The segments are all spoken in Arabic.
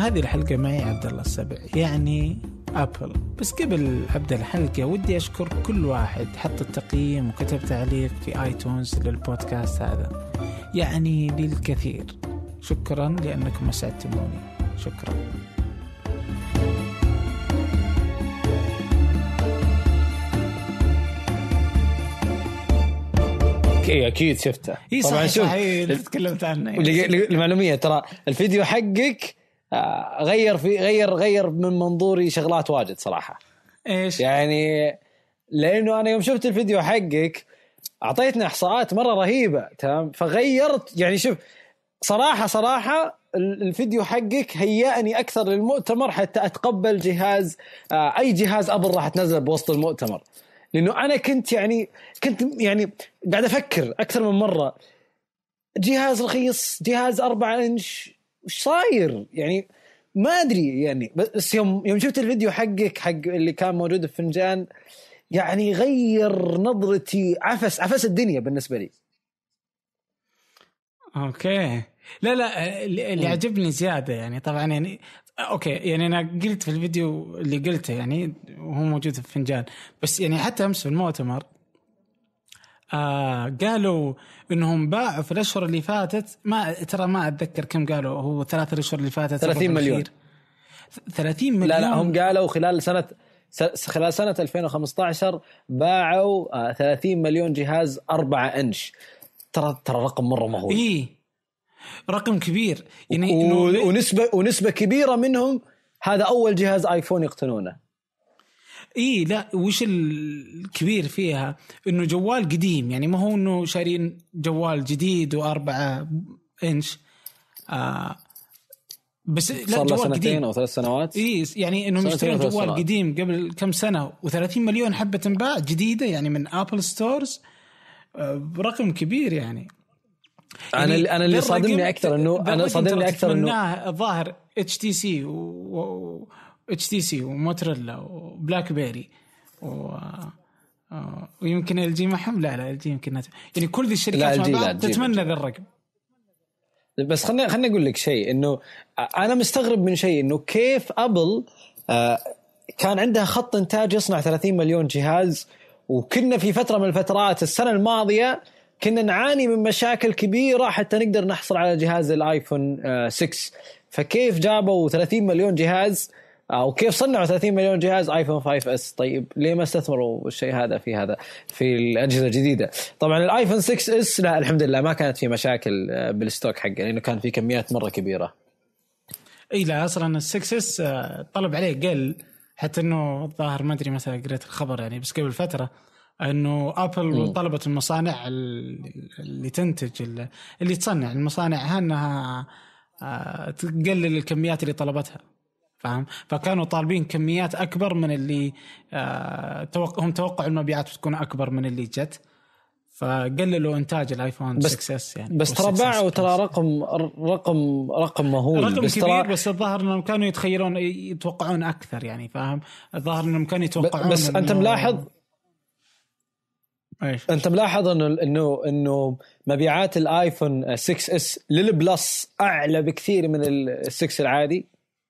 هذه الحلقة معي عبد الله السبع يعني أبل. بس قبل أبدأ الحلقة ودي أشكر كل واحد حط التقييم وكتب تعليق في آيتونز للبودكاست هذا، يعني للكثير. شكرا لأنكم أسعدتموني. شكرا. أكيد شفته طبعا. صحيح تكلمت عنه. المعلومية ترى الفيديو حقك غير من منظوري شغلات واجد صراحة. إيش يعني لأنه أنا يوم شفت الفيديو حقك أعطيتنا إحصاءات مرة رهيبة، تمام؟ فغيرت يعني. شوف صراحة الفيديو حقك هيأني أكثر للمؤتمر حتى أتقبل جهاز أي جهاز أبل راح تنزل بوسط المؤتمر، لأنه أنا كنت يعني قاعد أفكر أكثر من مرة، جهاز رخيص، جهاز 4 إنش، وش صاير يعني ما أدري يعني. بس يوم شفت الفيديو حق اللي كان موجود في فنجان، يعني غير نظرتي، عفس الدنيا بالنسبة لي. أوكي. لا اللي عجبني زيادة يعني طبعا يعني أوكي يعني أنا قلت في الفيديو اللي قلته يعني وهو موجود في فنجان، بس يعني حتى أمس في المؤتمر قالوا إنهم باعوا في الأشهر اللي فاتت، ما أتذكر كم قالوا، هو 3 أشهر اللي فاتت 30 مليون. 30 مليون. لا هم قالوا خلال سنة 2015 باعوا 30 مليون جهاز 4 إنش. ترى رقم مرة مهول. إيه رقم كبير يعني. ونسبة كبيرة منهم هذا أول جهاز آيفون يقتنونه. إيه لا وش الكبير فيها إنه جوال قديم، يعني ما هو إنه شارين جوال جديد و4 إنش بس لا جوال 2 قديم أو 3 سنوات. إيه يعني إنهم يشترون جوال قديم قبل كم سنة و30 مليون حبة تنباع جديدة يعني من آبل ستورز. رقم كبير يعني. أنا اللي صادمني أكثر إنه الظاهر HTC وموتوريلا وبلاك بيري ويمكن LG معهم. لا LG يمكن يعني كل ذي الشركات مع بعض تتمنى ذا الرقم. بس خلني أقول لك شيء، إنه أنا مستغرب من شيء، إنه كيف أبل كان عندها خط إنتاج يصنع 30 مليون جهاز، وكنا في فترة من الفترات السنة الماضية كنا نعاني من مشاكل كبيرة حتى نقدر نحصل على جهاز الآيفون 6. فكيف جابوا 30 مليون جهاز، أو كيف صنعوا 30 مليون جهاز آيفون 5S؟ طيب ليه ما استثمروا الشيء هذا في الأجهزة الجديدة؟ طبعا الآيفون 6S لا الحمد لله ما كانت في مشاكل بالستوك حقه، لأنه كان في كميات مرة كبيرة. إيه لا أصلا ال6S طلب عليه قل، حتى إنه الظاهر ما أدري مثلا قريت الخبر يعني بس قبل فترة إنه أبل طلبت المصانع اللي تنتج اللي تصنع المصانع أنها تقلل الكميات اللي طلبتها، فاهم؟ فكانوا طالبين كميات أكبر من اللي هم توقعوا المبيعات تكون أكبر من اللي جت، فقللوا إنتاج الآيفون 6S يعني. بس ترى باعوا ترى رقم مهول، رقم كبير. بس الظاهر إنهم كانوا يتوقعون أكثر يعني، فاهم؟ الظاهر إنهم كانوا يتوقعون. بس أنت ملاحظ إنه مبيعات الآيفون 6S للبلس أعلى بكثير من ال6 العادي.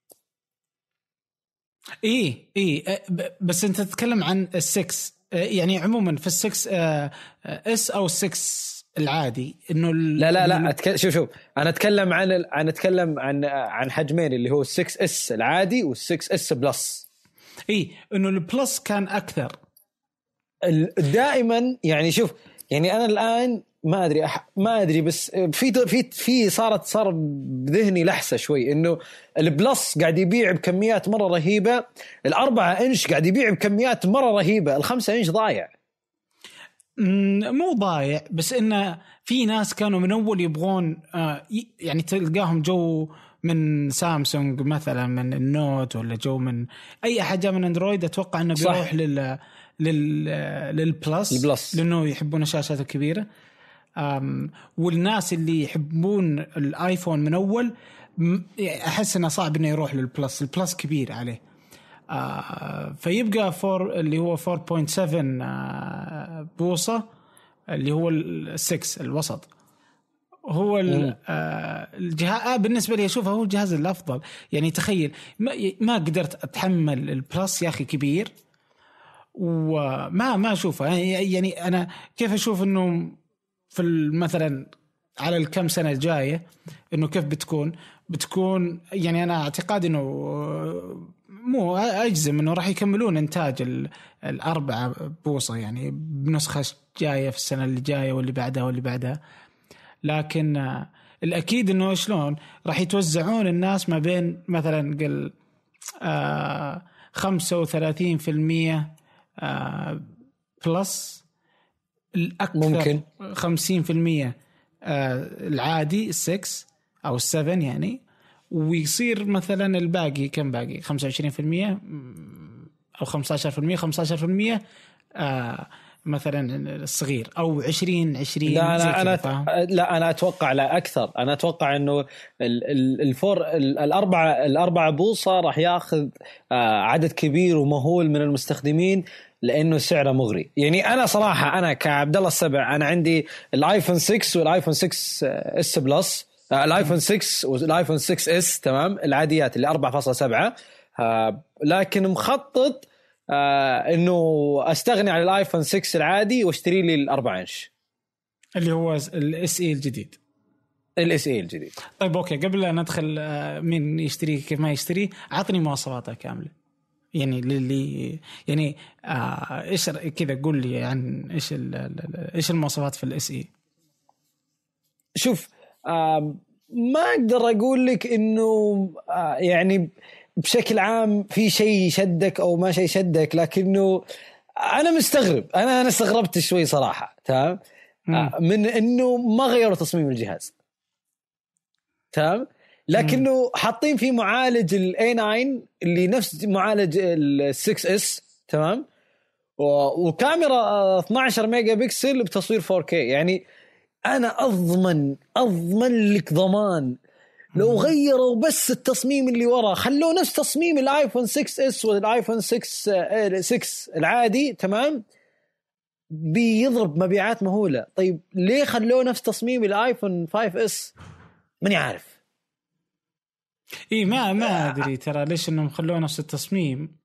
إيه بس أنت تتكلم عن ال6 يعني عموما في ال6 اس أو ال6 العادي إنه لا شوف أنا أتكلم عن حجمين اللي هو ال6S العادي وال6S بلس. إيه إنه البلس كان أكثر دائما يعني. شوف يعني أنا الآن ما أدري بس في صار بذهني لحسة شوي إنه البلس قاعد يبيع بكميات مرة رهيبة، ال4 إنش قاعد يبيع بكميات مرة رهيبة، ال5 إنش ضايع. مو ضايع بس إنه في ناس كانوا من أول يبغون يعني تلقاهم جو من سامسونج مثلا من النوت، ولا جو من أي حاجة من أندرويد، أتوقع إنه بيروح للبلس لأنه يحبون الشاشات الكبيرة. والناس اللي يحبون الآيفون من أول أحس إنه صعب إنه يروح للبلس. البلس كبير عليه فيبقى اللي هو 4.7 بوصة اللي هو ال6 الوسط، هو الجهاز بالنسبه لي اشوفه هو الجهاز الافضل. يعني تخيل ما قدرت اتحمل البلس يا اخي كبير، وما اشوفه. يعني انا كيف اشوف انه في مثلا على الكم سنه الجايه انه كيف بتكون يعني انا اعتقادي انه مو اجزم انه راح يكملون انتاج الأربعة بوصه يعني بنسخه جايه في السنه اللي جايه واللي بعدها. لكن الأكيد إنه شلون راح يتوزعون الناس ما بين مثلا قل 35% بلس، الأكثر ممكن 50% العادي 6 أو 7 يعني، ويصير مثلا الباقي كم باقي 25% أو 15% مثلا الصغير أو 20. لا أنا أتوقع لا أكثر. أنا أتوقع إنه الأربعة بوصة راح يأخذ عدد كبير ومهول من المستخدمين لأنه سعره مغري. يعني أنا صراحة أنا كعبد الله السبع أنا عندي الآيفون 6 والآيفون 6 اس بلس، الآيفون 6 والآيفون 6 اس تمام العاديات اللي 4.7، لكن مخطط انه استغني عن الايفون 6 العادي واشتري لي ال4 انش اللي هو الاس اي الجديد. طيب اوكي، قبل لا ندخل مين يشتري كيف ما يشتري، عطني مواصفاتها كامله يعني للي يعني ايش كذا، قول لي عن ايش المواصفات في الاس اي. شوف ما اقدر اقول لك انه يعني بشكل عام في شيء شدك او ما شيء شدك، لكنه انا مستغرب، انا استغربت شوي صراحه تمام من انه ما غيروا تصميم الجهاز تمام، لكنه حاطين فيه معالج الA9 اللي نفس معالج ال6S تمام، وكاميرا 12 ميجا بكسل بتصوير 4K. يعني انا اضمن لك ضمان لو غيروا بس التصميم اللي ورا، خلوه نفس تصميم الايفون 6s والايفون 6 العادي تمام، بيضرب مبيعات مهولة. طيب ليه خلوه نفس تصميم الايفون 5s؟ ماني عارف. ما ادري ترى ليش انهم خلوه نفس التصميم.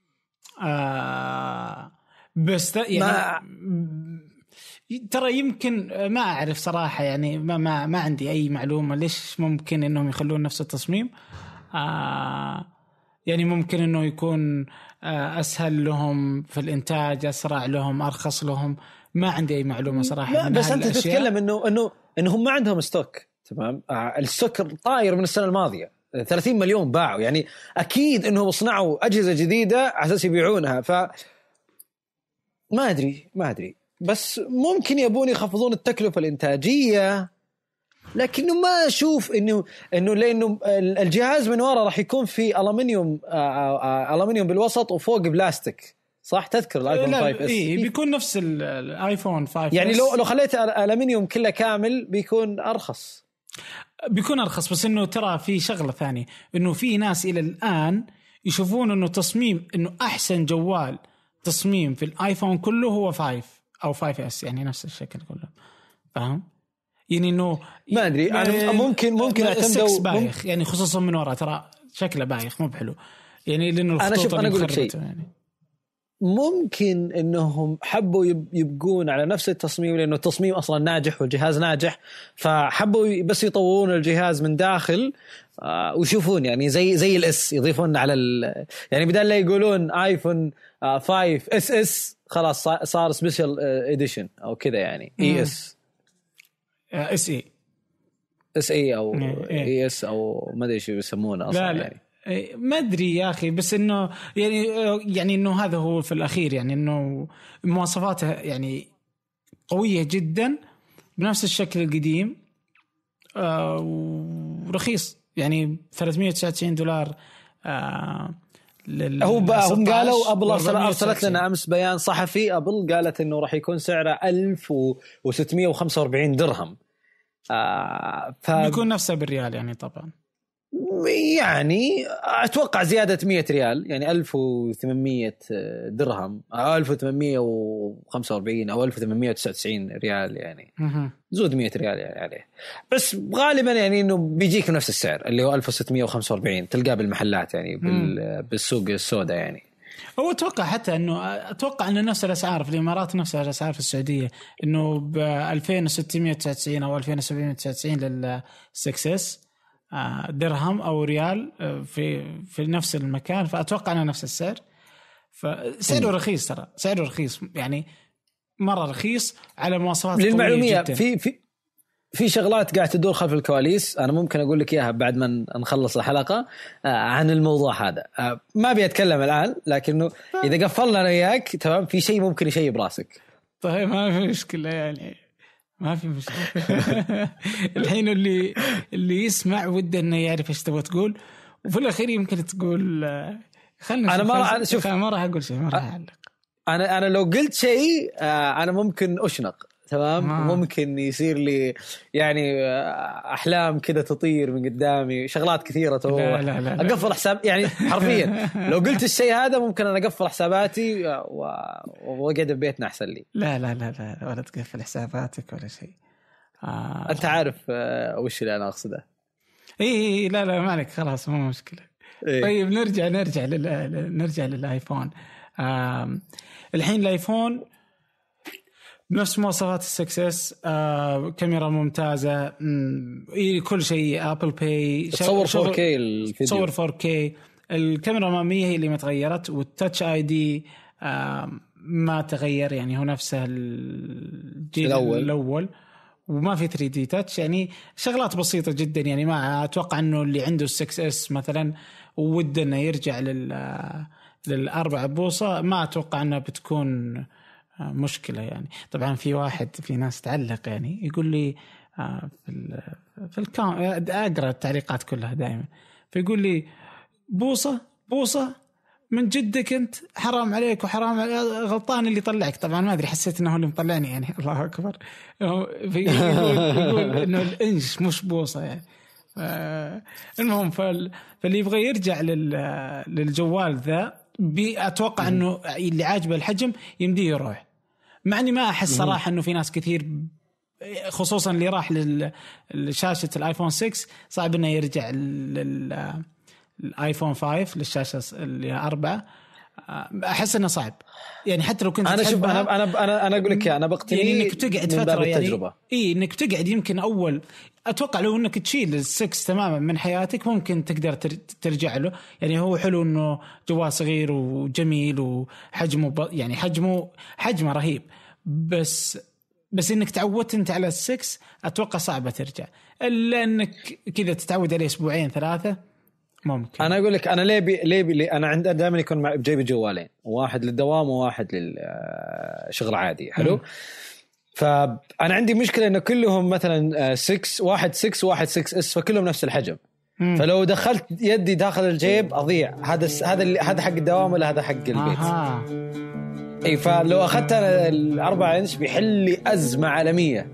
بس يعني ترى يمكن ما أعرف صراحة، يعني ما عندي أي معلومة ليش ممكن إنهم يخلون نفس التصميم. يعني ممكن إنه يكون أسهل لهم في الإنتاج، أسرع لهم، أرخص لهم، ما عندي أي معلومة صراحة. بس أنت تتكلم إنه هم ما عندهم ستوك تمام. الستوك طاير من السنة الماضية 30 مليون باعوا، يعني أكيد إنهم صنعوا أجهزة جديدة على أساس يبيعونها. ما أدري بس ممكن يبون يخفضون التكلفة الإنتاجية، لكنه ما أشوف إنه لأنه الجهاز من وراء راح يكون في ألمنيوم بالوسط وفوق بلاستيك، صح؟ تذكر الآيفون 5S بيكون نفس الآيفون 5S. يعني لو خليت ألمنيوم كله كامل بيكون أرخص. بس إنه ترى في شغلة ثانية، إنه في ناس إلى الآن يشوفون إنه تصميم إنه أحسن جوال تصميم في الآيفون كله هو 5 أو 5S، يعني نفس الشكل كله، فاهم؟ يعني إنه ما أدري أنا ممكن اعتمدوا بايخ، يعني خصوصا من وراء ترى شكله بايخ مو بحلو، يعني لأنه أنا أقول لك شيء يعني. ممكن إنهم حبوا يبقون على نفس التصميم لأنه التصميم أصلا ناجح والجهاز ناجح، فحبوا بس يطورون الجهاز من داخل ويشوفون يعني زي الاس يضيفون على يعني بدل لا يقولون آيفون 5 اس خلاص صار سبيشال اديشن او كذا، يعني اس اي او اي اس او ما ادري شو يسمونه اصلا. لا. يعني ما ادري يا اخي، بس انه يعني انه هذا هو في الاخير، يعني انه مواصفاته يعني قويه جدا بنفس الشكل القديم ورخيص، يعني $399. هم قالوا أبل أرسلت لنا أمس بيان صحفي، أبل قالت إنه راح يكون سعره 1645 درهم. بيكون نفسه بالريال يعني طبعا يعني أتوقع زيادة 100 ريال، يعني 1800 درهم أو 1845 أو 1899 ريال، يعني زود 100 ريال يعني عليه. بس غالبا يعني إنه بيجيك نفس السعر اللي هو 1645 تلقاه بالمحلات يعني بالسوق السوداء يعني. هو أتوقع حتى أتوقع أنه نفس الأسعار في الإمارات نفس الأسعار في السعودية، إنه ب 2699 أو 2799 للسكسس درهم أو ريال في نفس المكان. فأتوقع أنه نفس السعر، فسعره رخيص، ترى سعره رخيص يعني مرة رخيص على مواصفات قوية للمعلومية جدا. في شغلات قاعد تدور خلف الكواليس، أنا ممكن أقول لك إياها بعد ما نخلص الحلقة عن الموضوع هذا. ما بيتكلم الآن، لكنه إذا قفلنا أنا وياك تمام في شيء ممكن يشيب راسك. طيب ما في مشكلة يعني، ما في مشكلة. الحين اللي يسمع وده إنه يعرف إيش تبغى تقول، وفي الأخير يمكن تقول خلنا. أنا ما راح أقول شيء، ما راح أعلق. أنا لو قلت شيء أنا ممكن أشنق تمام. ممكن يصير لي يعني أحلام كده تطير من قدامي، شغلات كثيرة تروح. لا. أقفل حساب يعني حرفيا. لو قلت الشيء هذا ممكن أنا أقفل حساباتي وأقعد ببيتنا أحسن لي. لا ولا تقفل حساباتك ولا شيء. أنت عارف وش اللي أنا أقصده. إيه لا ما عليك، خلاص مو مشكلة. إيه. طيب نرجع للآيفون. الحين الآيفون نفس مواصفات السكسس، كاميرا ممتازة، كل شيء أبل باي، تصور 4K الفيديو، تصور 4K. الكاميرا الأمامية هي اللي ما تغيرت، والتاتش اي دي ما تغير، يعني هو نفسه الجيل الأول، وما في 3D تاتش، يعني شغلات بسيطة جدا. يعني ما أتوقع أنه اللي عنده 6S مثلا وود أنه يرجع لل4 بوصة، ما أتوقع أنها بتكون مشكلة يعني. طبعا في ناس تعلق يعني يقول لي في أقرأ التعليقات كلها دائما، فيقول لي بوصة من جدك أنت، حرام عليك وحرام غلطان اللي طلعك. طبعا ما أدري، حسيت إنه هو اللي مطلعني يعني. الله أكبر. يقول إنه الإنش مش بوصة يعني. المهم فاللي يبغى يرجع للجوال ذا، أتوقع إنه اللي عاجبه الحجم يمديه يروح. مع إني ما أحس صراحة إنه في ناس كثير، خصوصا اللي راح لشاشة الآيفون 6 صعب إنه يرجع الآيفون 5 للشاشة اللي 4. أحس إنه صعب يعني. حتى لو كنت أنا شوف أنا أقول لك أنا بقتني يعني إنك بتقعد فترة يعني إنك بتقعد يمكن أول، أتوقع لو إنك تشيل السكس تماما من حياتك ممكن تقدر ترجع له. يعني هو حلو إنه جوال صغير وجميل وحجمه يعني حجمه رهيب، بس إنك تعودت أنت على السكس أتوقع صعبة ترجع، إلا إنك كذا تتعود عليه 2-3 ممكن. أنا أقول لك أنا ليه أنا عندي دائما يكون بجيبي جوالين، واحد للدوام وواحد للشغل عادي. حلو. فأنا عندي مشكلة إنه كلهم مثلا 6 واحد 6S، فكلهم نفس الحجم. فلو دخلت يدي داخل الجيب أضيع. هذا حق الدوام ولا هذا حق البيت. أي فلو أخذت أنا 4 إنش بيحل لي أزمة عالمية.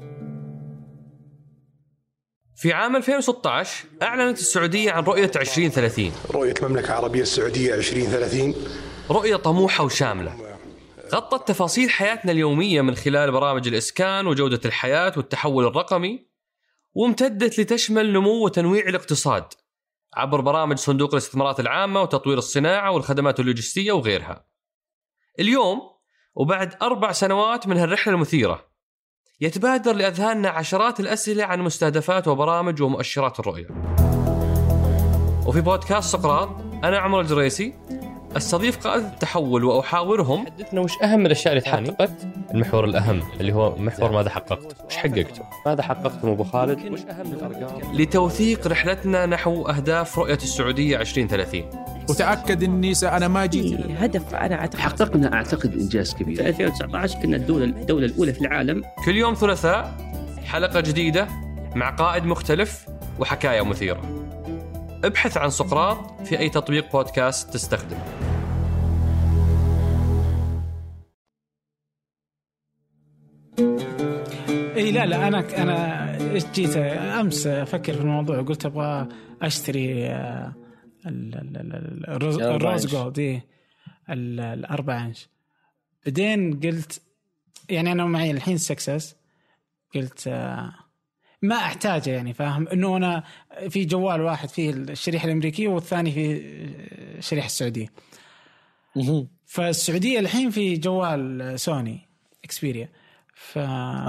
في عام 2016 أعلنت السعودية عن رؤية 2030. رؤية المملكة العربية السعودية 2030 رؤية طموحة وشاملة، غطت تفاصيل حياتنا اليومية من خلال برامج الإسكان وجودة الحياة والتحول الرقمي، وامتدت لتشمل نمو وتنويع الاقتصاد عبر برامج صندوق الاستثمارات العامة وتطوير الصناعة والخدمات اللوجستية وغيرها. اليوم وبعد 4 سنوات من هالرحلة المثيرة، يتبادر لأذهاننا عشرات الأسئلة عن مستهدفات وبرامج ومؤشرات الرؤية. وفي بودكاست سقراط أنا عمر الجريسي استضيف قادة التحول وأحاورهم حدثنا وش أهم الأشياء اللي تحققت. المحور الأهم اللي هو محور ماذا حققت، وش حققته، ماذا حققتم أبو خالد، وش أهم الأرقام، لتوثيق رحلتنا نحو أهداف رؤية السعودية 2030. وتأكد إني أنا ما جيت هدف أنا حققنا أعتقد إنجاز كبير. في 2019 كنا الدولة الأولى في العالم. كل يوم ثلاثاء حلقة جديدة مع قائد مختلف وحكاية مثيرة. ابحث عن سقراط في أي تطبيق بودكاست تستخدم. اي لا انا جيت امس افكر في الموضوع، قلت ابغى اشتري الروز جولد ال4 انش. بعدين قلت يعني انا معي الحين سكسس، قلت ما احتاجه يعني، فاهم انه انا في جوال واحد فيه الشريحه الامريكيه والثاني فيه الشريحه السعوديه. فالسعوديه الحين في جوال سوني اكسبيريا، ف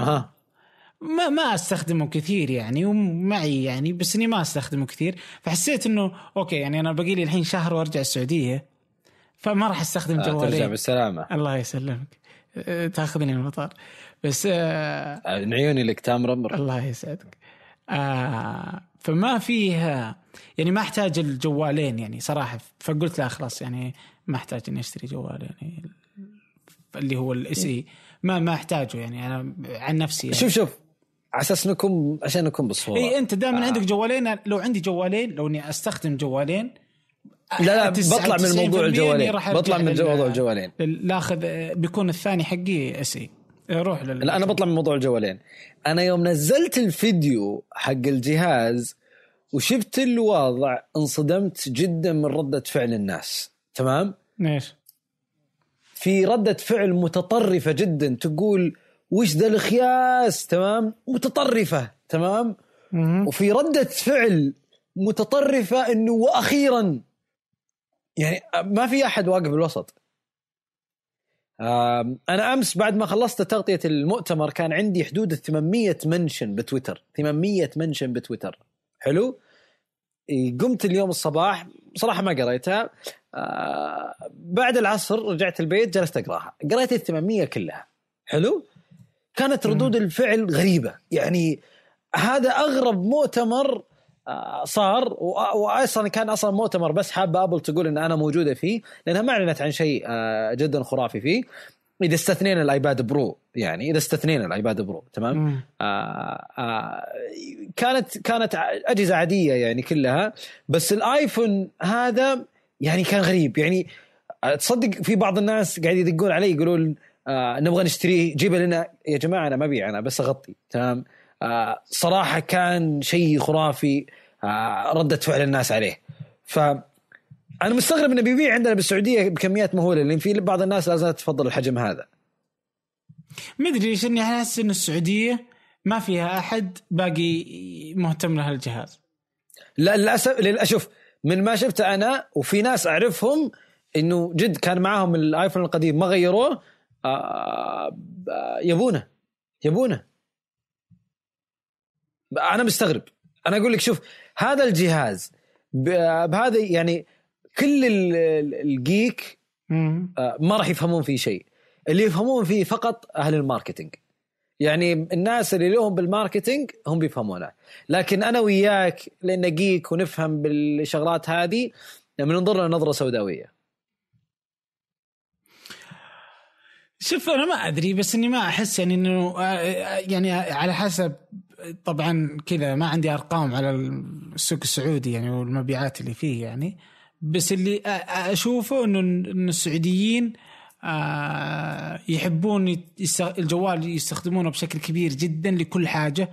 ما استخدمه كثير يعني، ومعي يعني بس اني ما استخدمه كثير، فحسيت انه اوكي يعني انا باقي لي الحين شهر وارجع السعوديه، فما راح استخدم جوالين. ترجع بالسلامه، الله يسلمك، تاخذني المطار بس عيوني لك تامر. الله يسعدك. فما فيها يعني، ما احتاج الجوالين يعني صراحه، فقلت لا خلاص يعني ما احتاج اني اشتري جوال يعني اللي هو الSE، ما احتاجه يعني انا عن نفسي يعني. شوف عشان نكون بالصوره. اي انت دائما عندك جوالين، لو عندي جوالين، لو اني استخدم جوالين لا بطلع من موضوع الجوالين، بطلع من موضوع الجوالين، لاخذ بيكون الثاني حقي SE روح لا انا بطلع من موضوع الجوالين. انا يوم نزلت الفيديو حق الجهاز وشفت الوضع انصدمت جدا من ردة فعل الناس. تمام، ليش؟ في ردة فعل متطرفة جدا، تقول وش ذا الخياس، تمام، متطرفة، تمام. وفي ردة فعل متطرفة انه واخيرا، يعني ما في احد واقف بالوسط. انا امس بعد ما خلصت تغطية المؤتمر كان عندي حدود 800 منشن بتويتر، 800 منشن بتويتر. حلو. قمت اليوم الصباح صراحة ما قريتها، بعد العصر رجعت البيت جلست أقراها، قريت 800 كلها. حلو. كانت ردود الفعل غريبة، يعني هذا أغرب مؤتمر صار، وأصلا كان أصلا مؤتمر بس حابة أبل تقول إن أنا موجودة فيه، لأنها ما أعلنت عن شيء جدا خرافي فيه، إذا استثنينا الآيباد برو، يعني إذا استثنينا الآيباد برو، تمام. كانت أجهزة عادية يعني كلها، بس الآيفون هذا يعني كان غريب. يعني تصدق في بعض الناس قاعد يدقون علي يقولون نبغى نشتريه، جيبه لنا يا جماعة، أنا ما أبيع، أنا بس أغطي، تمام. صراحة كان شيء خرافي ردة فعل الناس عليه. فأنا مستغرب إنه بيبيع عندنا بالسعودية بكميات مهولة، لأن في بعض الناس لازم تفضل الحجم هذا. ما أدري ليش إني أحس إن السعودية ما فيها أحد باقي مهتم له الجهاز. لا للأسف من ما شفت أنا وفي ناس أعرفهم إنه جد كان معهم الآيفون القديم ما غيروه، يبونه. أنا مستغرب. أنا أقول لك شوف هذا الجهاز بهذا يعني كل الجيك ما راح يفهمون فيه شيء، اللي يفهمون فيه فقط أهل الماركتينج، يعني الناس اللي لهم بالماركتينج هم بيفهمونه، لكن أنا وياك لأن جيك ونفهم بالشغلات هذه يعني ننظر لها نظرة سوداوية. شوف أنا ما أدري، بس إني ما أحس يعني إنه يعني على حسب طبعا كذا، ما عندي أرقام على السوق السعودي يعني والمبيعات اللي فيه يعني، بس اللي أشوفه إنه السعوديين يحبون الجوال يستخدمونه بشكل كبير جدا لكل حاجة.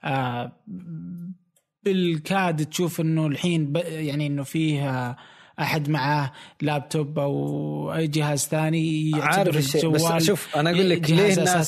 بالكاد تشوف إنه الحين يعني إنه فيه أحد معه لابتوب أو أي جهاز ثاني يعتبر الجوال. بس شوف أنا أقول لك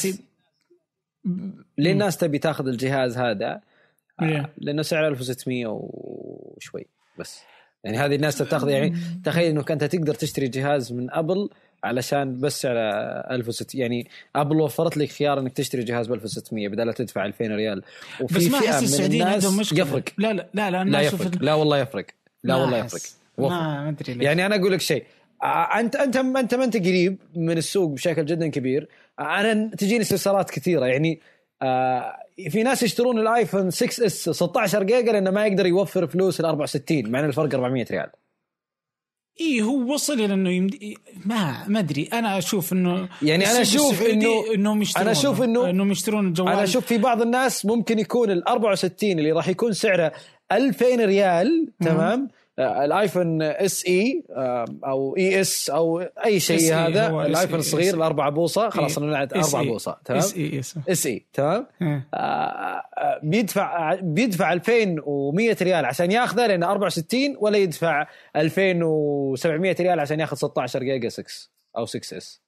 ليه الناس تبي تاخذ الجهاز هذا؟ لأنه سعره 1600 وشوي بس، يعني هذه الناس تاخذ. يعني تخيل إنه كنت تقدر تشتري جهاز من أبل علشان بس على 1600، يعني أبل وفرت لك خيار إنك تشتري جهاز ب1600 بدل لا تدفع 2000 ريال. بس ما أحس السعوديين عندهم مشكلة. يفرق. لا يفرق. لا والله يفرق. ما أدري ليش. يعني أنا أقول لك شيء، أنت ما أنت قريب من السوق بشكل جدا كبير. أنا تجيني استفسارات كثيرة، يعني في ناس يشترون الآيفون 6S 16 جيجا لأنه ما يقدر يوفر فلوس ال64 مع أن الفرق 400 ريال. إيه هو وصل إلى إنه ما أدري. أنا أشوف إنه يعني أنا أشوف إنه يشترون الجوال. أنا أشوف في بعض الناس ممكن يكون ال64 اللي راح يكون سعره 2000 ريال تمام الايفون اس اي او اي اس او اي شيء، هذا الايفون الصغير ال4 بوصه، خلاص انا لعبت 4 بوصه تمام. اس اي تمام. بيدفع 2100 ريال عشان ياخذه لانه 64، ولا يدفع 2700 ريال عشان ياخذ 16 جيجا 6 او 6 اس.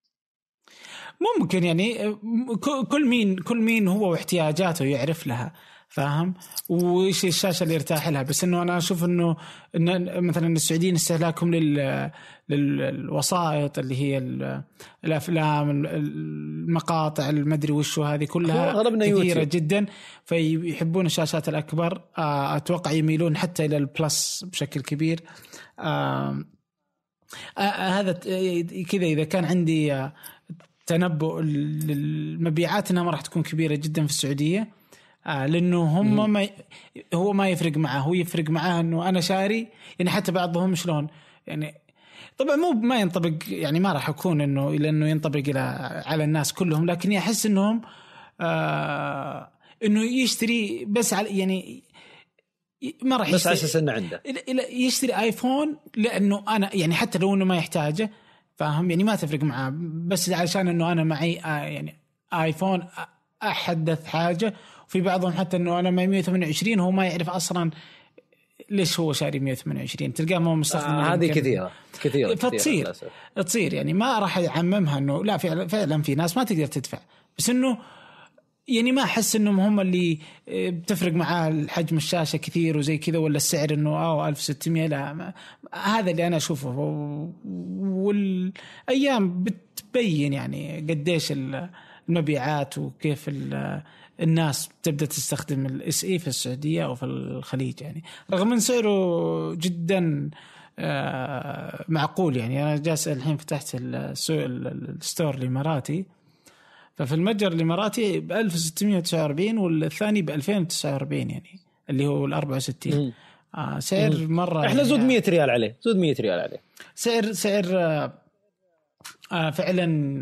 ممكن يعني كل مين هو واحتياجاته يعرف لها، فاهم، وإيش الشاشة اللي يرتاح لها. بس إنه أنا أشوف إنه مثلا السعوديين استهلاكهم للوسائط اللي هي الأفلام، المقاطع، المدري وشو، هذه كلها كثيرة جدا، فيحبون الشاشات الأكبر. أتوقع يميلون حتى إلى البلس بشكل كبير. هذا كذا. إذا كان عندي تنبؤ للمبيعات انها ما راح تكون كبيره جدا في السعوديه، لانه هم هو ما يفرق معه، هو يفرق معه انه انا شاري. يعني حتى بعضهم شلون يعني، طبعا ما ينطبق، يعني ما راح اكون انه لانه ينطبق على الناس كلهم، لكن احس انهم انه يشتري بس على يعني ما راح بس على اساس انه عنده يشتري ايفون، لانه انا يعني حتى لو انه ما يحتاجه، فاهم، يعني ما تفرق معه، بس علشان انه انا معي يعني ايفون احدث حاجه. وفي بعضهم حتى انه انا معي 128 هو ما يعرف اصلا ليش هو شاري 128، تلقاه ما هو مستخدم. هذه كثيره تصير يعني ما راح يعممها انه لا، فعلا في ناس ما تقدر تدفع، بس انه يعني ما أحس إنهم هم اللي بتفرق معاه حجم الشاشة كثير وزي كذا، ولا السعر إنه 1600. لا، هذا اللي أنا أشوفه. والأيام بتبين يعني قديش المبيعات وكيف الناس تبدأ تستخدم الاس اي في السعودية أو في الخليج، يعني رغم من سعره جدا معقول. يعني أنا جالس الحين فتحت الستور الإماراتي، ففي المتجر الإماراتي ب 1649 والثاني ب 2049، يعني اللي هو ال 64. سعر مرة احنا زود 100 ريال عليه، زود 100 ريال عليه. سعر فعلا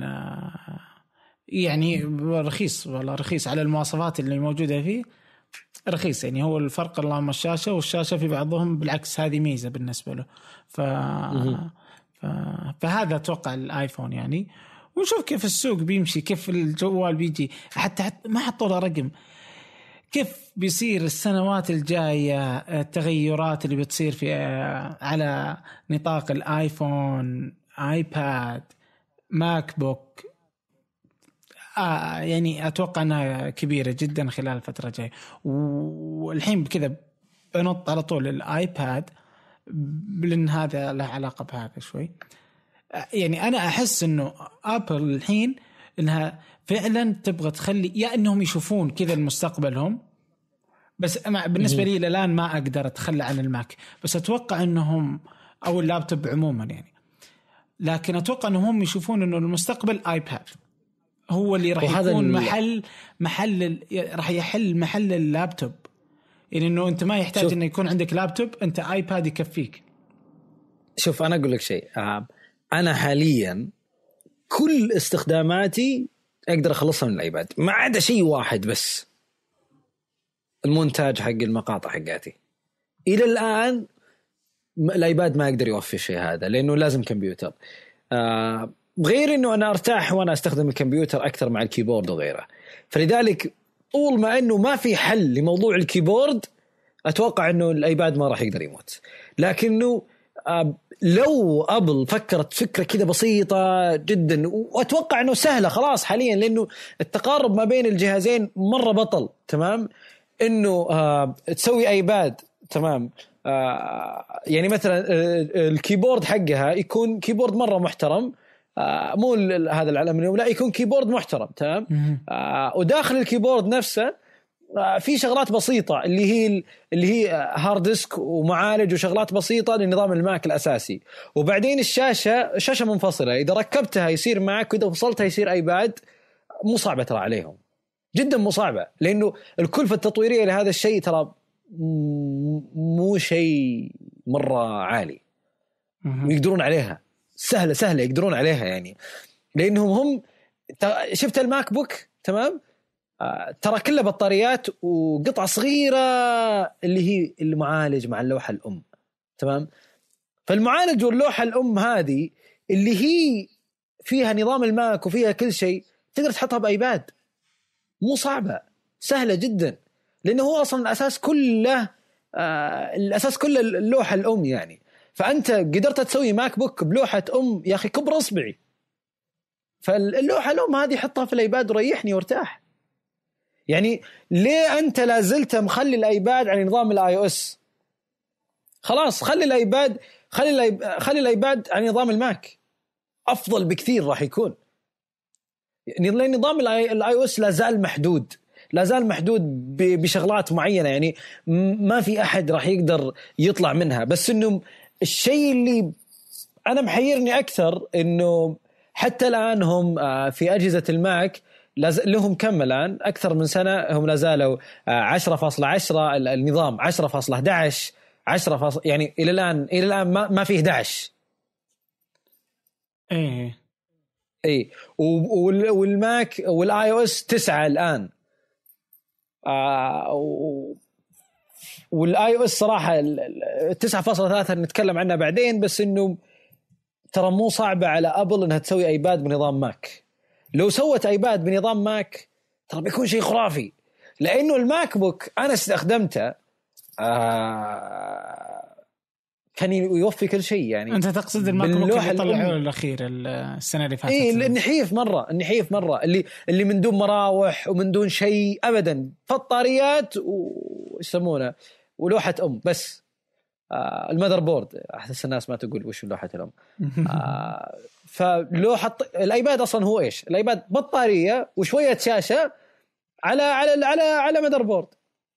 يعني رخيص، والله رخيص على المواصفات اللي موجودة فيه، رخيص. يعني هو الفرق اللهم الشاشة، والشاشة في بعضهم بالعكس هذه ميزة بالنسبة له. فهذا أتوقع الآيفون يعني. ونشوف كيف السوق بيمشي، كيف الجوال بيجي، حتى ما حطوا له رقم، كيف بيصير السنوات الجاية، التغيرات اللي بتصير في على نطاق الآيفون، آيباد، ماك بوك. يعني أتوقع أنها كبيرة جدا خلال الفترة الجاية. والحين بكذا بنط على طول الآيباد، لأن هذا له علاقة بهذا شوي. يعني أنا أحس إنه أبل الحين إنها فعلا تبغى تخلي، يا إنهم يشوفون كذا المستقبلهم، بس بالنسبة لي الآن ما أقدر أتخلى عن الماك، بس أتوقع إنهم أو اللابتوب عموما يعني، لكن أتوقع إنهم يشوفون إنه المستقبل آيباد هو اللي راح يكون محل راح يحل محل اللابتوب. يعني إنه أنت ما يحتاج إنه يكون عندك لابتوب، أنت آيباد يكفيك. شوف أنا أقول لك شيء، أنا حاليا كل استخداماتي أقدر أخلصها من الآيباد، ما عدا شيء واحد بس، المونتاج حق المقاطع حقاتي. إلى الآن الآيباد ما يقدر يوفي الشيء هذا، لأنه لازم كمبيوتر. غير أنه أنا أرتاح وأنا أستخدم الكمبيوتر أكثر مع الكيبورد وغيره. فلذلك طول ما أنه ما في حل لموضوع الكيبورد، أتوقع أنه الآيباد ما راح يقدر يموت. لكنه لو أبل فكرت فكرة كده بسيطة جدا، وأتوقع أنه سهلة خلاص حاليا، لأنه التقارب ما بين الجهازين مرة بطل، تمام، أنه تسوي آيباد، تمام، يعني مثلا الكيبورد حقها يكون كيبورد مرة محترم، مو هذا العالم، لا يكون كيبورد محترم، تمام، وداخل الكيبورد نفسه في شغلات بسيطة اللي هي هارد ديسك ومعالج وشغلات بسيطة لنظام الماك الأساسي. وبعدين الشاشة منفصلة، إذا ركبتها يصير معك، وإذا وصلتها يصير آيباد. مو صعبة ترى عليهم، جدا مو صعبة، لأنه الكلفة التطويرية لهذا الشيء ترى مو شيء مرة عالي، ويقدرون عليها سهلة يقدرون عليها يعني، لأنهم هم شفت الماك بوك، تمام، ترى كلها بطاريات وقطعة صغيرة اللي هي المعالج مع اللوحة الأم، تمام. فالمعالج واللوحة الأم هذه اللي هي فيها نظام الماك وفيها كل شيء تقدر تحطها بأيباد، مو صعبة، سهلة جدا، لأنه هو أصلا الأساس كله الأساس كله اللوحة الأم يعني. فأنت قدرت تسوي ماك بوك بلوحة أم يا أخي كبر أصبعي، فاللوحة الأم هذه حطها في الأيباد وريحني وارتاح. يعني ليه أنت لازلت مخلي الأيباد على نظام الآي أو إس؟ خلاص خلي الأيباد على نظام الماك، أفضل بكثير راح يكون. يعني نظام الآي أو إس لازال محدود بشغلات معينة، يعني ما في أحد راح يقدر يطلع منها. بس إنه الشيء اللي أنا محيرني أكثر إنه حتى الآن هم في أجهزة الماك لهم كم الآن أكثر من سنة هم لازالوا 10.10 النظام 10.11 10 يعني إلى الآن ما في 11. إيه والماك والآي أو إس 9 الآن. والآي أو إس صراحة 9.3 نتكلم عنها بعدين. بس إنه ترى مو صعبة على أبل إنها تسوي أيباد بنظام ماك. لو سوت أيباد بنظام ماك ترى بيكون شيء خرافي، لأنه الماك بوك أنا استخدمته كان يوفي كل شيء. يعني أنت تقصد الماك بوك اللي طلعوه الأخير السنة اللي فاتت؟ إيه النحيف مرة اللي من دون مراوح ومن دون شيء أبدا، فطاريات ويسمونه ولوحة أم بس. المذر بورد أحس الناس ما تقول وش لوحة الأم. فلوحة الأيباد أصلا هو إيش؟ الأيباد بطارية وشوية شاشة على مذر بورد.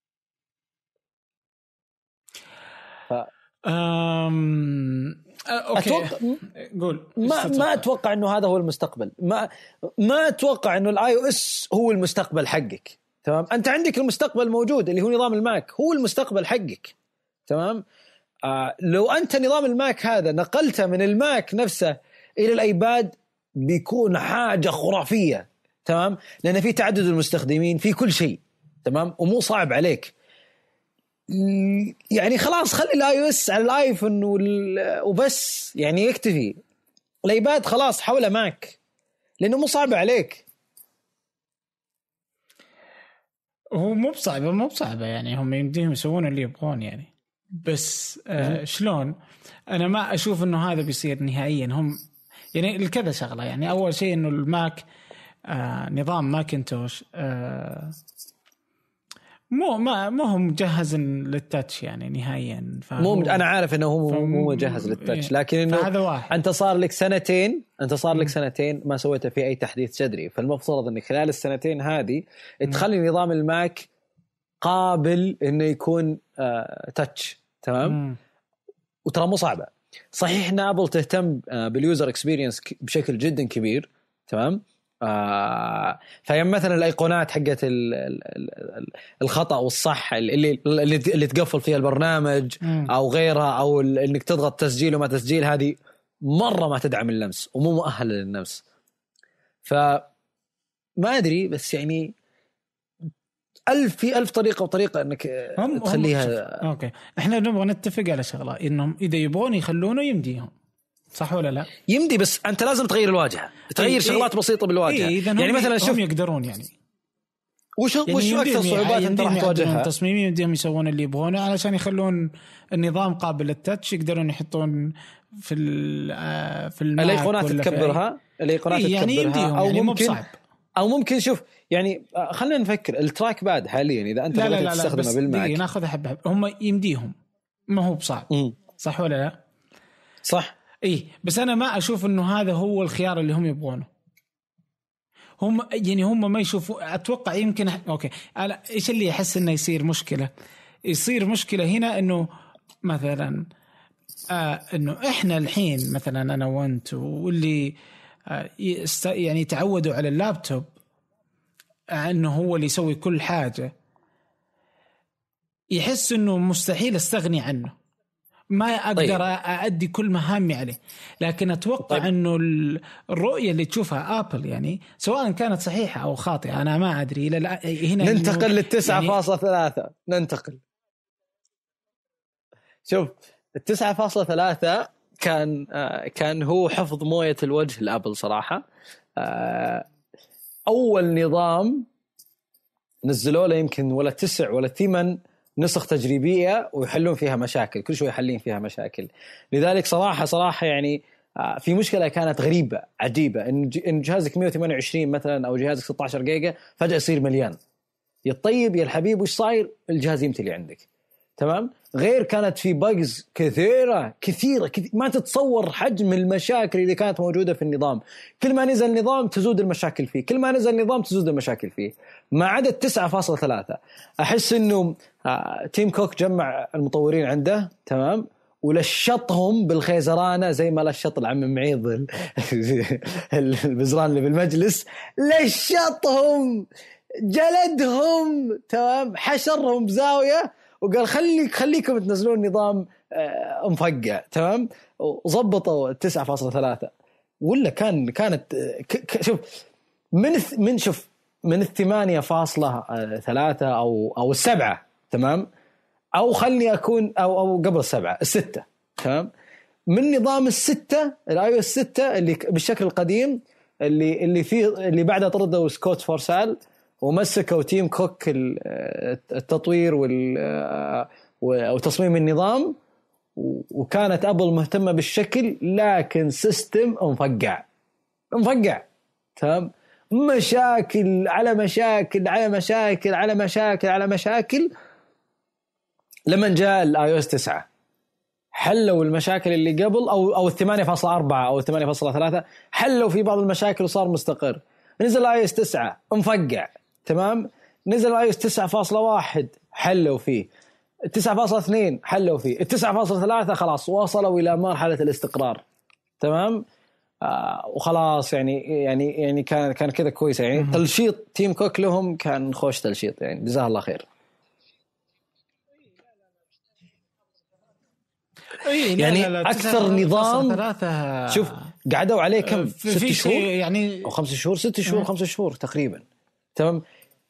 قول. ما أتوقع إنه هذا هو المستقبل. ما أتوقع إنه الآي أو إس هو المستقبل حقك. تمام. أنت عندك المستقبل موجود اللي هو نظام الماك، هو المستقبل حقك. تمام. لو أنت نظام الماك هذا نقلته من الماك نفسه إلى الأيباد بيكون حاجة خرافية. تمام. لأن في تعدد المستخدمين في كل شيء. تمام. ومو صعب عليك. يعني خلاص خلي الاي او اس على الايفون وبس، يعني يكتفي. الايباد خلاص حوله ماك لانه مو صعب عليك. هو مو بصعبه يعني هم يمديهم يسوون اللي يبغون يعني. بس شلون انا ما اشوف انه هذا بيصير نهائيا. هم يعني الكذا شغله. يعني اول شيء انه الماك نظام ماكنتوش مو هو مجهز للتاتش يعني نهائيا. انا عارف انه هو مو مجهز للتاتش، لكن انه انت صار لك سنتين ما سويته في اي تحديث جذري. فالمفترض انك خلال السنتين هذه تخلي نظام الماك قابل انه يكون تاتش. تمام. وترى مو صعبه. صحيح ان ابل تهتم باليوزر اكسبيرينس بشكل جدا كبير. تمام. فيم مثلا الايقونات حقت الخطأ والصح اللي تقفل فيها البرنامج او غيرها، او انك تضغط تسجيل وما تسجيل، هذه مرة ما تدعم اللمس ومو مؤهلة لللمس. فما أدري، بس يعني ألف طريقة انك تخليها. اوكي احنا نبغى نتفق على شغلة، انهم اذا يبغون يخلونه يمديهم، صح ولا لا؟ يمدي، بس انت لازم تغير الواجهه، تغير شغلات بسيطه بالواجهه. يعني مثلا شوف، يقدرون يعني وش اكثر صعوبات انت راح تواجهها؟ تصميمي يمديهم يسوون اللي يبغونه علشان يخلون النظام قابل للتاتش، يقدرون يحطون في الماك الايقونات تكبرها، الايقونات تكبرها، او ممكن شوف يعني خلينا نفكر التراك باد حاليا اذا انت بدك تستخدمه بالماك ناخذها حبه. هم يمديهم، ما هو بصعب. صح ولا لا؟ صح. إيه، بس أنا ما أشوف إنه هذا هو الخيار اللي هم يبغونه. هم ما يشوفوا. أتوقع يمكن أوكي، أنا إيش اللي أحس إنه يصير مشكلة هنا، إنه مثلا إنه إحنا الحين مثلا أنا وأنت واللي يعني تعودوا على اللابتوب إنه هو اللي يسوي كل حاجة، يحس إنه مستحيل أستغني عنه، ما أقدر أؤدي كل مهامي عليه. لكن أتوقع أنه الرؤية اللي تشوفها آبل يعني سواء كانت صحيحة أو خاطئة أنا ما أدري. هنا ننتقل لل9.3 يعني ننتقل. شوف 9.3 كان هو حفظ موية الوجه لأبل صراحة. أول نظام نزلوا له يمكن ولا 9 ولا 8 نسخ تجريبية ويحلون فيها مشاكل، كل شوي يحلين فيها مشاكل. لذلك صراحة يعني في مشكلة كانت غريبة عجيبة، إن جهازك 128 مثلا أو جهازك 16 جيجا فجأة يصير مليان. يطيب يا الحبيب وش صاير؟ الجهاز يمتلي عندك. تمام. غير كانت في باجز كثيرة ما تتصور حجم المشاكل اللي كانت موجودة في النظام. كل ما نزل نظام تزود المشاكل فيه، كل ما نزل نظام تزود المشاكل فيه. ما عدا 9.3 أحس إنه تيم كوك جمع المطورين عنده تمام ولشطهم بالخيزرانة زي ما لشط العم معيض البزران اللي بالمجلس، لشطهم جلدهم تمام، حشرهم بزاوية وقال خليكم تنزلون نظام مفقع تمام، وضبطوا 9.3. ولا كانت شوف من 8.3 أو 7 تمام، أو خلني أكون أو قبل 7 6 تمام. من نظام 6 iOS 6 اللي بالشكل القديم اللي فيه اللي بعدها طردوا سكوت فورسال ومسكوا تيم كوك التطوير وتصميم النظام، وكانت أبل مهتمة بالشكل لكن سيستم مفقع تمام، مشاكل على مشاكل على مشاكل على مشاكل على مشاكل. لما جاء iOS 9 حلوا المشاكل اللي قبل أو 8.4 أو 8.3 حلوا في بعض المشاكل وصار مستقر. نزل iOS 9 مفقع تمام، نزل iOS 9.1 حلوا فيه، 9.2 حلوا فيه، 9.3 خلاص وصلوا إلى مرحلة الاستقرار تمام. وخلاص يعني كان كذا كويس يعني. تلشيط تيم كوك لهم كان خوش تلشيط يعني، جزاه الله خير. يعني أكثر نظام شوف قعدوا عليه كم 6 شهور يعني أو 5 شهور 6 شهور 5 شهور تقريبا تمام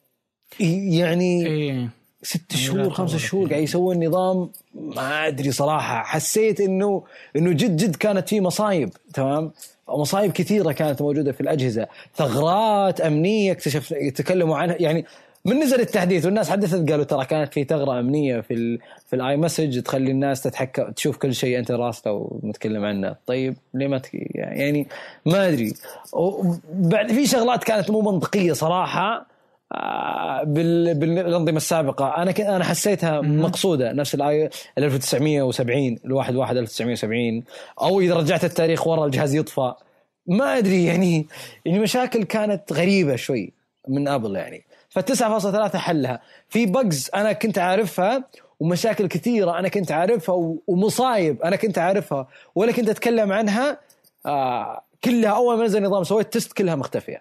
يعني 6 شهور 5 شهور قاعد يسوي النظام. ما أدري صراحة حسيت إنه جد كانت فيه مصايب تمام، مصايب كثيرة كانت موجودة في الأجهزة، ثغرات أمنية يتكلموا عنها يعني. من نزل التحديث والناس حدثت قالوا ترى كانت في ثغرة أمنية في الآي مسج تخلي الناس تتحكم تشوف كل شيء أنت راسته ومتكلم عنه. طيب ليه ما يعني ما أدري. بعد في شغلات كانت مو منطقية صراحة بالأنظمة السابقة. أنا حسيتها مقصودة، نفس 1970 1970 أو إذا رجعت التاريخ ورا الجهاز يطفى. ما أدري يعني مشاكل كانت غريبة شوي من أبل يعني. ف9.3 حلها. في بجز أنا كنت عارفها ومشاكل كثيرة أنا كنت عارفها ومصايب أنا كنت عارفها ولا كنت أتكلم عنها كلها أول ما نزل النظام سويت تست كلها مختفية.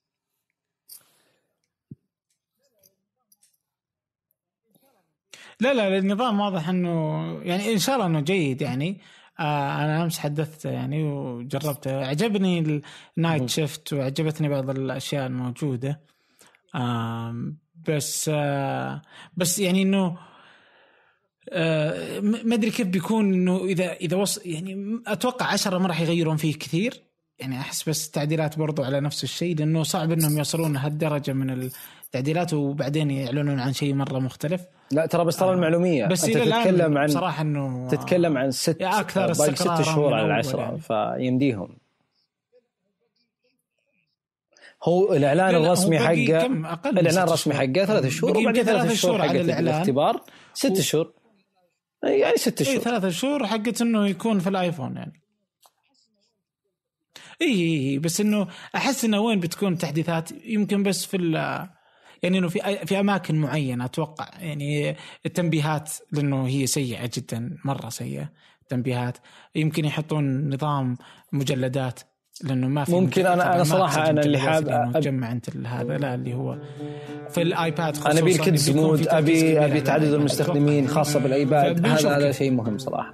لا النظام واضح انه يعني ان شاء الله انه جيد يعني. انا امس حدثت يعني وجربته، عجبني النايت شيفت وعجبتني بعض الاشياء الموجوده. بس يعني انه ما ادري كيف بيكون انه اذا يعني اتوقع 10 ما راح يغيرون فيه كثير يعني. احس بس تعديلات برضو على نفس الشيء، لانه صعب انهم يوصلون هالدرجه من التعديلات وبعدين يعلنون عن شيء مره مختلف. لا ترى ترى المعلومية بس أنت تتكلم عن صراحة إنه تتكلم عن 6 أكثر 6 شهور على 10 يعني. فيمديهم. هو الإعلان الرسمي حقه الإعلان الرسمي حقه 3 شهور وبعدين 3 شهور حقه الاختبار 6 شهور يعني 6 شهور 3 شهور حقت إنه يكون في الآيفون يعني. إيه بس إنه أحس إنه وين بتكون تحديثات يمكن بس في يعني إنه في أماكن معينة أتوقع يعني. التنبيهات لأنه هي سيئة جدا مرة سيئة التنبيهات، يمكن يحطون نظام مجلدات لأنه ما في ممكن. أنا صراحة أنا اللي حاب أجمع أنت هذا لا اللي هو في الآيباد أنا أبي الكيدز مود أبي تعدد المستخدمين خاصة بالآيباد. هذا شيء مهم صراحة.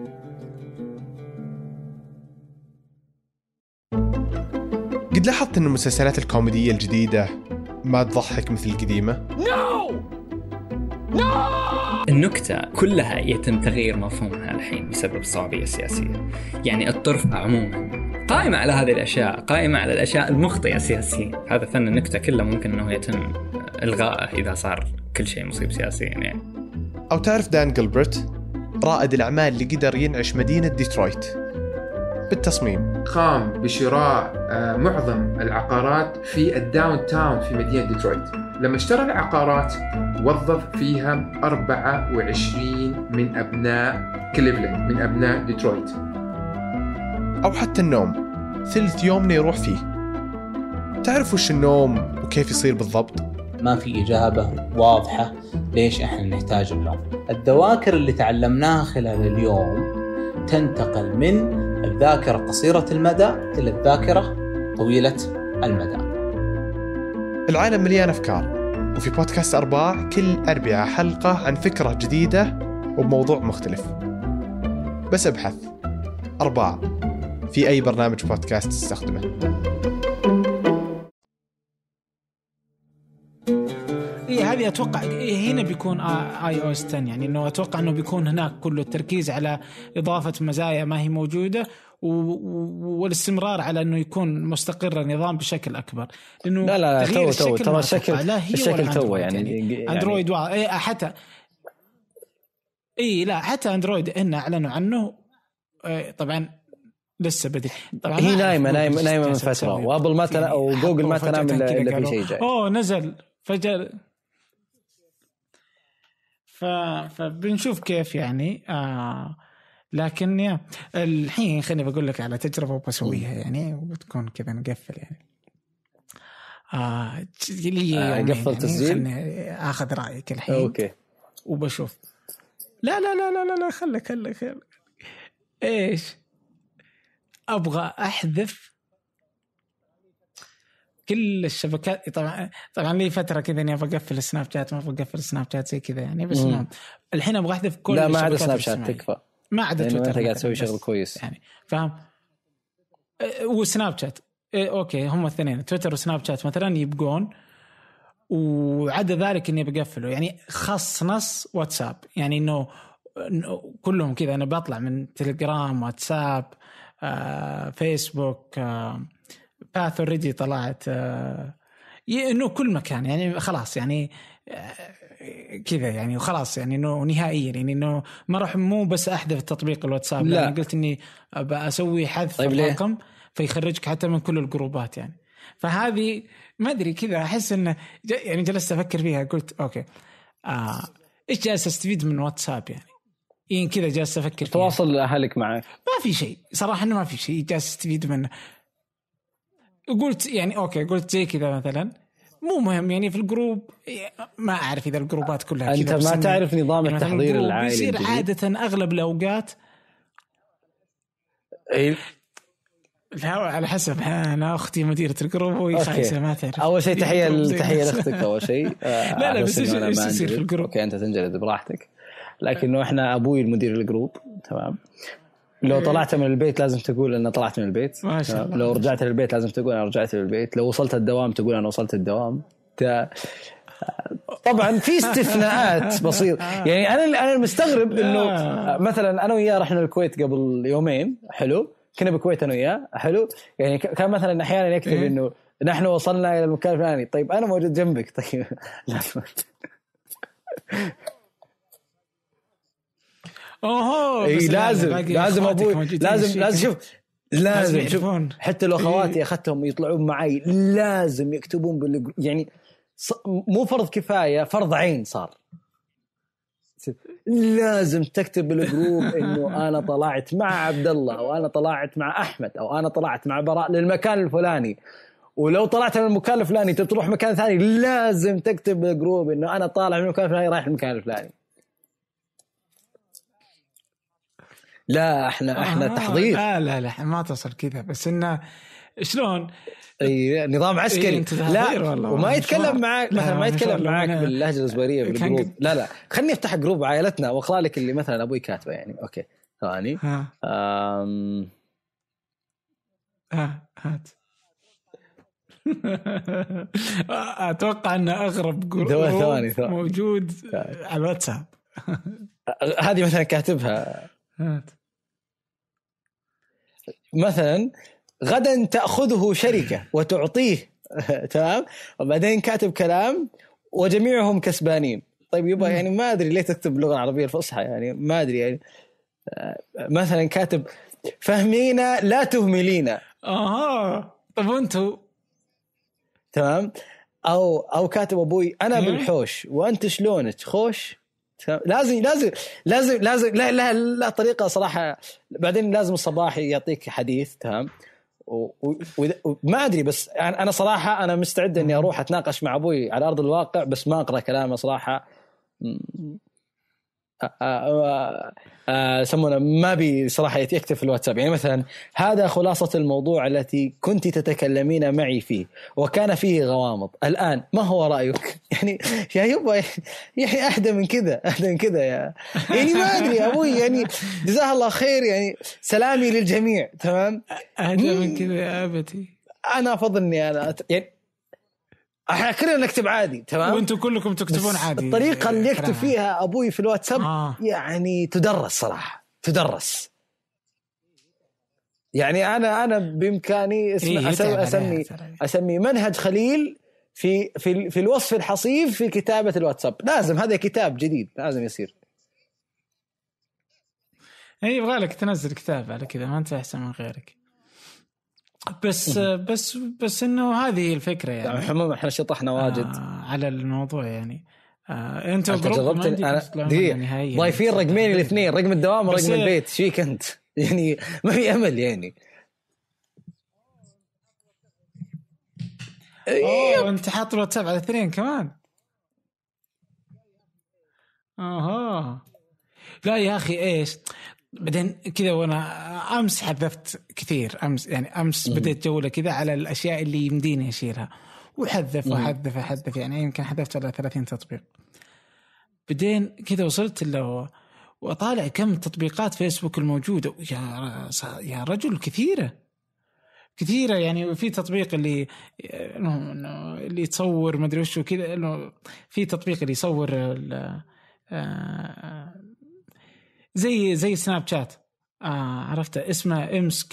قد لاحظت أن المسلسلات الكوميدية الجديدة ما تضحك مثل القديمة؟ No! النكتة كلها يتم تغيير مفهومها الحين بسبب الصعوبية السياسية. يعني الطرفة عموما قائمة على هذه الأشياء، قائمة على الأشياء المخطئة سياسيا. هذا فن النكتة كله ممكن أنه يتم إلغائه إذا صار كل شيء مصيب سياسيا يعني. أو تعرف دان جيلبرت رائد الأعمال اللي قدر ينعش مدينة ديترويت بالتصميم؟ قام بشراء معظم العقارات في الداون تاون في مدينة ديترويت. لما اشترى العقارات وظف فيها 24 من أبناء كليفلاند، من أبناء ديترويت. أو حتى النوم، ثلث يومنا يروح فيه. تعرف وش النوم وكيف يصير بالضبط؟ ما في إجابة واضحة ليش إحنا نحتاج النوم. الذواكر اللي تعلمناها خلال اليوم تنتقل من الذاكرة قصيرة المدى إلى الذاكرة طويلة المدى. العالم مليان أفكار، وفي بودكاست أرباع كل أربعة حلقة عن فكرة جديدة وبموضوع مختلف. بس ابحث أرباع في أي برنامج بودكاست تستخدمه. هذه أتوقع هنا بيكون iOS 10، يعني إنه أتوقع إنه بيكون هناك كله التركيز على إضافة مزايا ما هي موجودة والاستمرار على إنه يكون مستقر النظام بشكل أكبر. لأنه لا تغيير ترى الشكل تو يعني أندرويد حتى لا حتى أندرويد إن أعلنوا عنه طبعا لسه بدي. طبعا هي نايمة من فترة، وابل ما أو جوجل ما تنام إلا في شيء جاي. نزل فجأة. فبنشوف كيف يعني. لكن الحين خليني بقول لك على تجربة بسويها يعني، وبتكون كذا نقفل يعني. لي قفل تسجيل. خليني اخذ رايك الحين. اوكي. وبشوف. لا خليك ايش ابغى احذف كل الشبكات. طبعا لي فتره كذا اني ابغى اقفل سناب شات، ما ابغى اقفل سناب شات زي كذا يعني. بس الحين ابغى احذف كل لا، الشبكات. ما عاد سناب شات تكفى، ما عاد تويتر. انت قاعد تسوي شغل كويس يعني، فاهم. وسناب شات اوكي، هم الاثنين تويتر وسناب شات مثلا يبقون، وعدا ذلك اني بقفله يعني. خاص نص واتساب يعني انه كلهم كذا. انا بطلع من تليجرام، واتساب، فيسبوك، باث اوريدي طلعت، انه كل مكان يعني. خلاص يعني كذا يعني، وخلاص يعني انه نهائيا يعني انه ما راح مو بس احذف تطبيق الواتساب. لا، أنا قلت اني اسوي حذف الرقم فيخرجك حتى من كل الجروبات يعني. فهذه ما ادري كذا احس انه يعني جلست افكر فيها، قلت اوكي ايش جالس استفيد من واتساب يعني كذا جالس افكر تواصل اهلك معك. ما في شيء صراحه، انه ما في شيء جالس استفيد منه. قلت يعني اوكي، قلت زي كذا مثلا مو مهم يعني في الجروب. ما اعرف اذا الجروبات كلها انت ما تعرف نظام يعني التحضير العائلي يصير عاده اغلب الاوقات على حسب. انا اختي مديره الجروب وهي خايسه ما تعرف. اول شيء تحيه لاختك اول شيء. لا بس ايش يصير في الجروب؟ اوكي انت تنجلد براحتك، لكنه احنا ابوي المدير الجروب تمام. لو طلعت من البيت لازم تقول أنا طلعت من البيت. لو رجعت للبيت لازم تقول أنا رجعت للبيت. لو وصلت الدوام تقول أنا وصلت الدوام. طبعا في استثناءات بسيطة يعني. أنا مستغرب إنه مثلا أنا وياه رحنا الكويت قبل يومين، حلو، كنا بالكويت أنا وياه، حلو يعني. كان مثلا أحيانا يكتب إنه نحن وصلنا إلى المكان الفلاني. طيب أنا موجود جنبك. طيب لازم أبوي لازم شوف حتى لو خواتي أخذتهم يطلعون معي لازم يكتبون يعني مو فرض كفاية، فرض عين صار. لازم تكتب بالجروب إنه أنا طلعت مع عبد الله، أو أنا طلعت مع أحمد، أو أنا طلعت مع براء للمكان الفلاني. ولو طلعت من المكان الفلاني تروح مكان ثاني لازم تكتب بالجروب إنه أنا طالع من المكان الفلاني رايح المكان الفلاني. لا احنا تحضير. لا ما تصل كذا، بس انه شلون نظام عسكري. لا وما يتكلم معك مثلا، ما يتكلم معك باللهجه الزبيريه بالجروب. لا خلني افتح جروب عائلتنا واقرا لك اللي مثلا ابوي كاتبه يعني. اوكي ثاني هات. اتوقع ان اغرب جروب موجود على الواتساب هذه مثلا كاتبها مثلا غدا تأخذه شركة وتعطيه تمام، وبعدين كاتب كلام وجميعهم كسبانين. طيب يبا يعني ما أدري ليه تكتب اللغة العربية الفصحى، يعني ما أدري يعني. مثلا كاتب فهمينا لا تهملينا. طب وانتو تمام. أو كاتب أبوي أنا بالحوش وأنت شلونك خوش. لازم لا طريقة صراحة. بعدين لازم الصباحي يعطيك حديث تمام. وما أدري، بس أنا صراحة أنا مستعد إني أروح أتناقش مع أبوي على أرض الواقع، بس ما أقرأ كلامه صراحة. سمونا ما بي صراحة يكتب في الواتساب. يعني مثلا هذا خلاصة الموضوع التي كنت تتكلمين معي فيه وكان فيه غوامض، الآن ما هو رأيك؟ يعني يا يبا يعني أهدى من كذا يا يعني ما أدري يا أبوي، يعني جزاه الله خير، يعني سلامي للجميع تمام. أهدى من كذا يا أبتي. أنا أفضل إني أنا يعني احنا كلنا نكتب عادي تمام، وانتم كلكم تكتبون عادي. الطريقه اللي يكتب فيها ابوي في الواتساب يعني تدرس صراحه، تدرس. يعني انا بامكاني اسمي منهج خليل في الوصف الحصيف في كتابه الواتساب. لازم هذا كتاب جديد لازم يصير. يبغى لك تنزل كتاب على كذا، ما انت احسن من غيرك. بس انه هذه الفكره يعني. عموما احنا شطحنا واجد على الموضوع يعني. انت جربت ضايفين رقمين الاثنين، رقم الدوام ورقم البيت. شيك انت يعني ما في امل يعني. انت حاط الواتساب على الاثنين كمان. لا يا اخي ايش بعدين كذا. وانا امس حذفت كثير، امس بديت جوله كذا على الاشياء اللي يمديني اشيلها، وحذف يعني يمكن حذفت على 30 تطبيق. بعدين كذا وصلت له واطالع كم تطبيقات فيسبوك الموجوده، يا رجل كثيره يعني. في تطبيق اللي يتصور ما ادري وش كذا، انه في تطبيق اللي يصور زي سناب شات. عرفته اسمه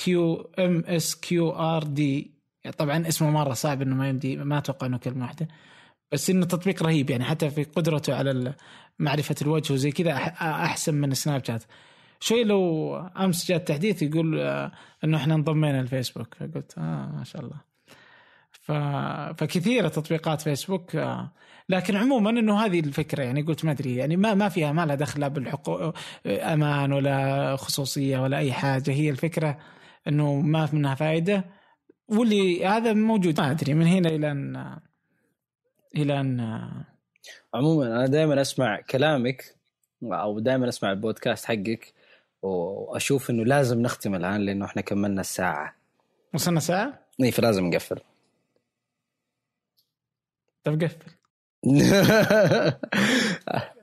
MSQRD. طبعا اسمه مرة صعب انه ما يمدي، ما اتوقع انه كلمة واحدة، بس انه تطبيق رهيب يعني. حتى في قدرته على معرفة الوجه وزي كذا احسن من سناب شات شوي. لو امس جاء التحديث يقول انه احنا انضمينا الفيسبوك، فقلت ما شاء الله. فكثيرة تطبيقات فيسبوك. لكن عموما انه هذه الفكره يعني. قلت ما ادري يعني ما فيها، ما لها دخل بالحقوق امان ولا خصوصيه ولا اي حاجه. هي الفكره انه ما في منها فائده، واللي هذا موجود ما ادري من هنا الى ان عموما انا دائما اسمع كلامك او دائما اسمع البودكاست حقك واشوف انه لازم نختم الان، لانه احنا كملنا الساعه. وصلنا ساعه؟ اي فلازم نقفل. طب قفل.